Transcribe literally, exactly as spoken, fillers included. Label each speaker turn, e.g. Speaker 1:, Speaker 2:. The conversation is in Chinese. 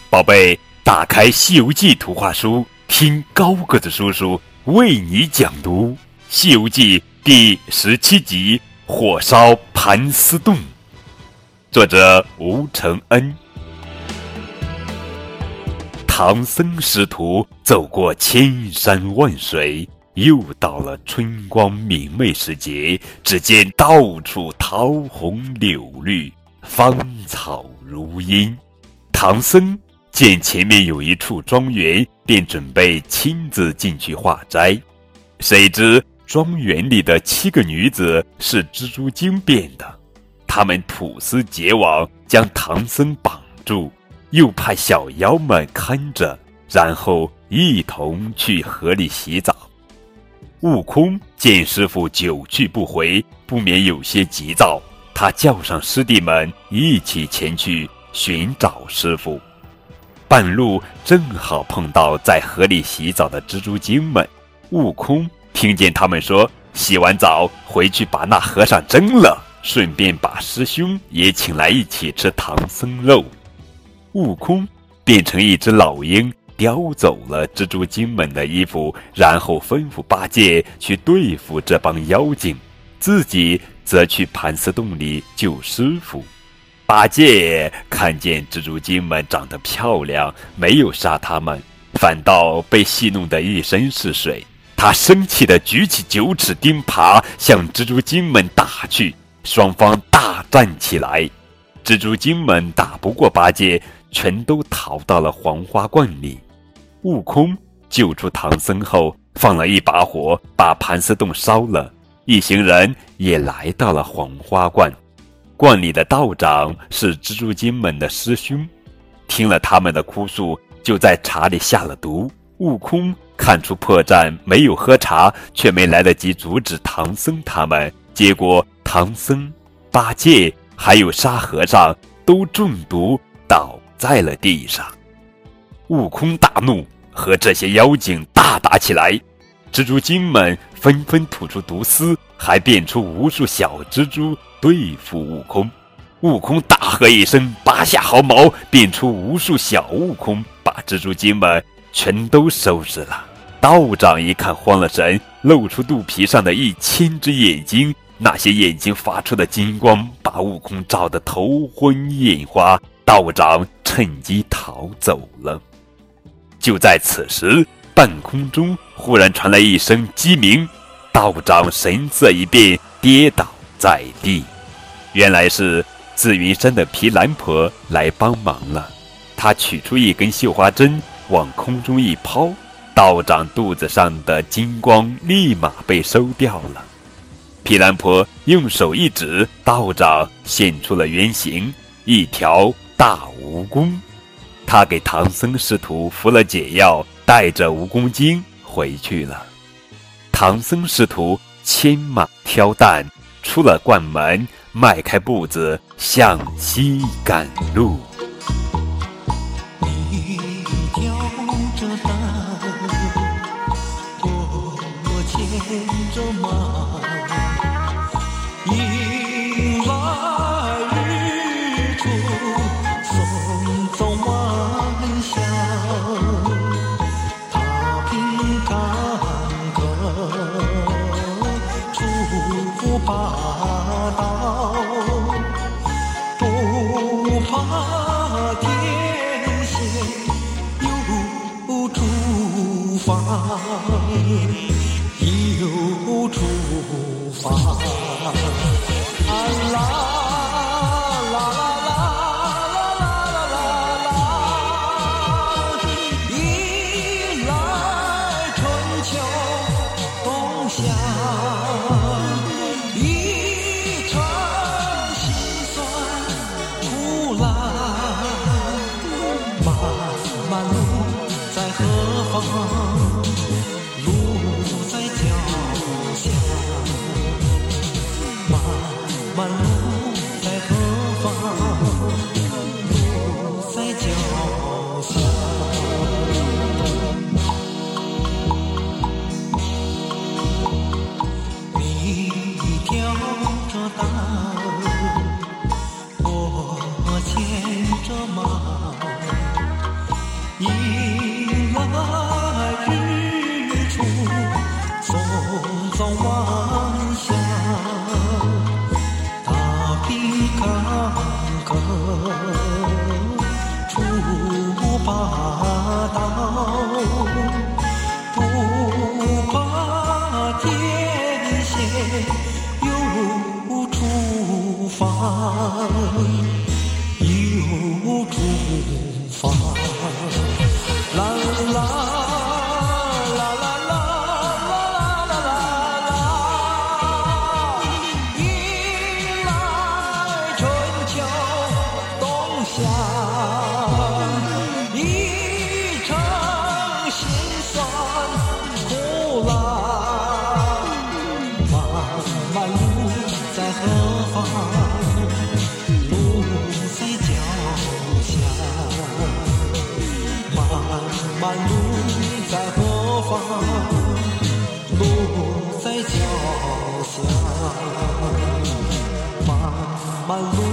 Speaker 1: 宝贝，打开《西游记》图画书，听高个子叔叔为你讲读《西游记》第十七集《火烧盘丝洞》，作者吴承恩。唐僧师徒走过千山万水，又到了春光明媚时节，只见到处桃红柳绿，芳草如茵。唐僧见前面有一处庄园，便准备亲自进去化斋。谁知庄园里的七个女子是蜘蛛精变的，她们吐丝结网，将唐僧绑住，又派小妖们看着，然后一同去河里洗澡。悟空见师父久去不回，不免有些急躁，他叫上师弟们一起前去寻找师父。半路正好碰到在河里洗澡的蜘蛛精们，悟空听见他们说洗完澡回去把那和尚蒸了，顺便把师兄也请来一起吃唐僧肉。悟空变成一只老鹰，叼走了蜘蛛精们的衣服，然后吩咐八戒去对付这帮妖精，自己则去盘丝洞里救师父。八戒看见蜘蛛精们长得漂亮，没有杀他们，反倒被戏弄得一身是水。他生气地举起九齿钉耙向蜘蛛精们打去，双方大战起来。蜘蛛精们打不过八戒，全都逃到了黄花观里。悟空救出唐僧后，放了一把火，把盘丝洞烧了。一行人也来到了黄花观。观里的道长是蜘蛛精们的师兄，听了他们的哭诉，就在茶里下了毒。悟空看出破绽，没有喝茶，却没来得及阻止唐僧他们，结果唐僧、八戒还有沙和尚都中毒倒在了地上。悟空大怒，和这些妖精大打起来。蜘蛛精们纷纷吐出毒丝，还变出无数小蜘蛛对付悟空。悟空大喝一声，拔下毫毛，变出无数小悟空，把蜘蛛精们全都收拾了。道长一看慌了神，露出肚皮上的一千只眼睛，那些眼睛发出的金光把悟空照得头昏眼花，道长趁机逃走了。就在此时，半空中忽然传来一声鸡鸣，道长神色一变，跌倒在地。原来是紫云山的毗蓝婆来帮忙了。她取出一根绣花针，往空中一抛，道长肚子上的金光立马被收掉了。毗蓝婆用手一指，道长现出了原形，一条大蜈蚣。他给唐僧师徒服了解药，带着蜈蚣精回去了。唐僧师徒牵马挑担，出了观门，迈开步子向西赶路。
Speaker 2: 你挑着担，我牵着马，迎来日出，送走晚霞，踏平坎坷，出霸道，不怕天险又出发，又出发。啊啦啦啦啦啦啦啦啦，迎来春秋冬夏，一场心酸出来，漫漫路在何方？路在脚下。 又出发，又出发，啦啦啦啦啦啦啦啦啦，迎来春秋冬夏，一程辛酸苦辣。漫路在何方？路在脚下。漫漫路在何方？路在脚下。漫漫路。